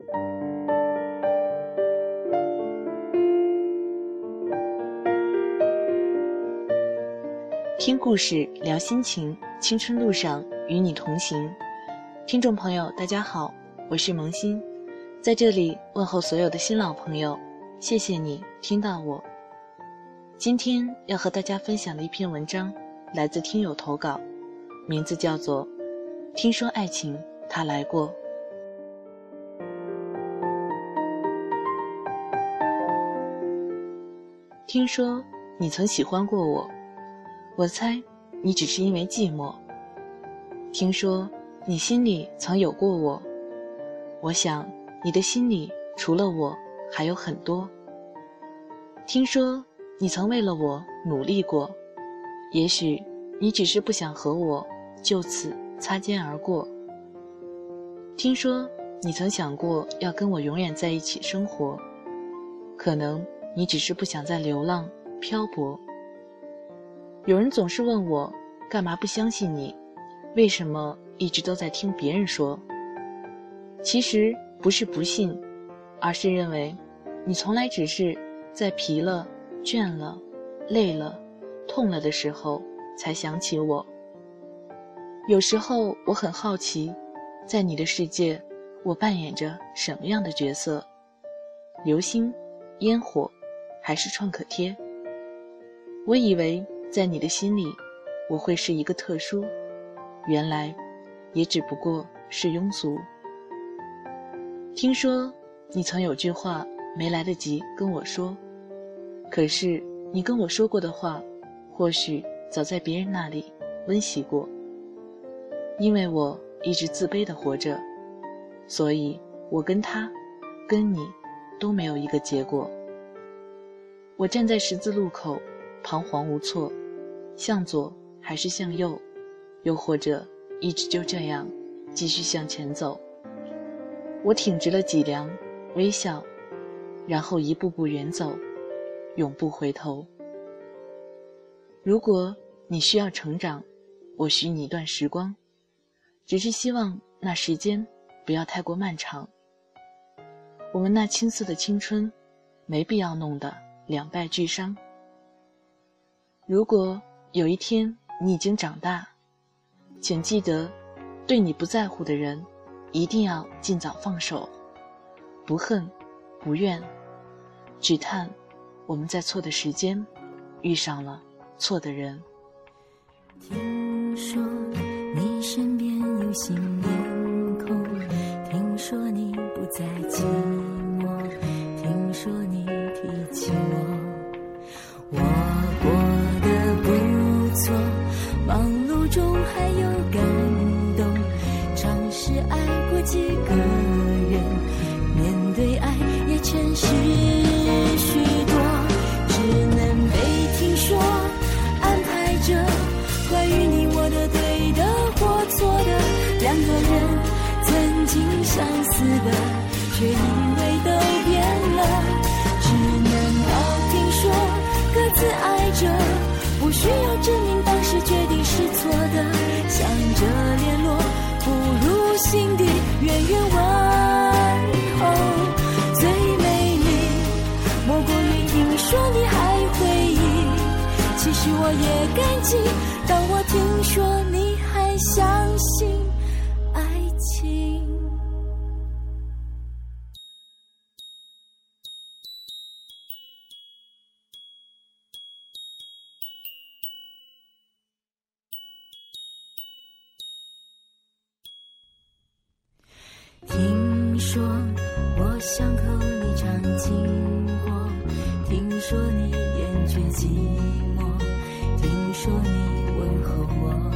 听故事，聊心情，青春路上与你同行。听众朋友大家好，我是萌新，在这里问候所有的新老朋友，谢谢你听到我。今天要和大家分享的一篇文章来自听友投稿，名字叫做听说爱情它来过。听说你曾喜欢过我，我猜你只是因为寂寞。听说你心里曾有过我，我想你的心里除了我还有很多。听说你曾为了我努力过，也许你只是不想和我就此擦肩而过。听说你曾想过要跟我永远在一起生活，可能你只是不想再流浪漂泊。有人总是问我干嘛不相信你，为什么一直都在听别人说。其实不是不信，而是认为你从来只是在疲了、倦了、累了、痛了的时候才想起我。有时候我很好奇，在你的世界我扮演着什么样的角色？流星、烟火，还是创可贴？我以为在你的心里我会是一个特殊，原来也只不过是庸俗。听说你曾有句话没来得及跟我说，可是你跟我说过的话或许早在别人那里温习过。因为我一直自卑地活着，所以我跟他跟你都没有一个结果。我站在十字路口彷徨无措，向左还是向右，又或者一直就这样继续向前走。我挺直了脊梁，微笑，然后一步步远走，永不回头。如果你需要成长，我许你一段时光，只是希望那时间不要太过漫长。我们那青涩的青春，没必要弄得两败俱伤。如果有一天你已经长大，请记得，对你不在乎的人，一定要尽早放手，不恨，不怨，只叹我们在错的时间遇上了错的人。 听说你身边有新面孔，听说你不再寂寞，听说你提起我过得不错，忙碌中还有感动，尝试爱过几个人，面对爱也诚实许多，只能被听说安排着关于你我的对的或错的，两个人曾经相似的，却以为都变了，只能靠听说各自爱着，不需要证明当时决定是错的，想着联络不如心底远远问候。最美丽莫过于听说你还回忆，其实我也感激，当我听说你还相信爱情。听说我巷口你常经过，听说你厌倦寂寞，听说你问候我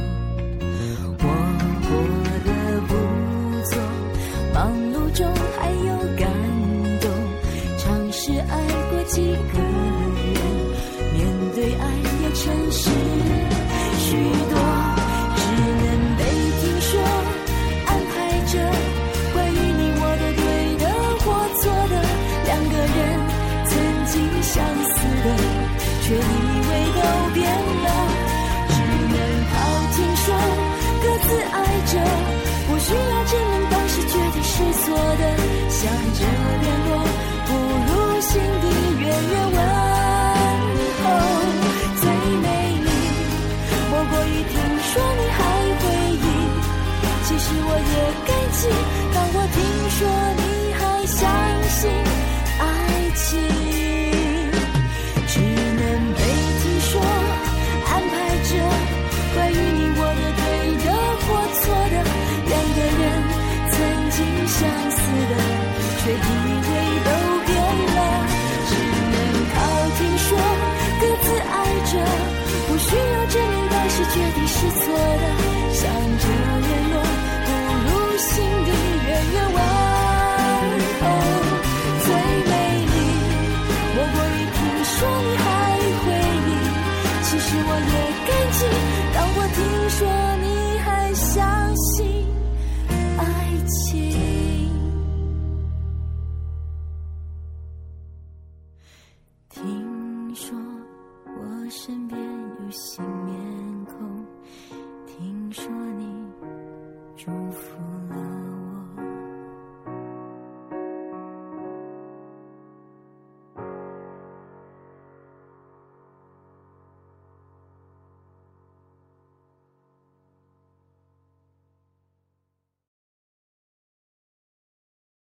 过得不错，忙碌中还有感动，尝试爱过几个人，面对爱也诚实许多，只能被听说安排着关于你我的对的或错的，两个人曾经相似的，却以为都变了，只能靠听说各自爱着，不需要证明当时决定是错错的，想着联络，不如心底远远问候。最美丽莫过于听说你还回忆，其实我也感激，当我听说你还相信爱情，只能被听说安排着关于你我的对的或错的，两个人曾经相似的，却以为都变了，只能靠听说各自爱着，不需要证明，但是决定是错的，想着联络，不如心底远远问候。最美丽莫过于听说你还回忆，其实我也感激，当我听说你还相信爱情。听说我身边有新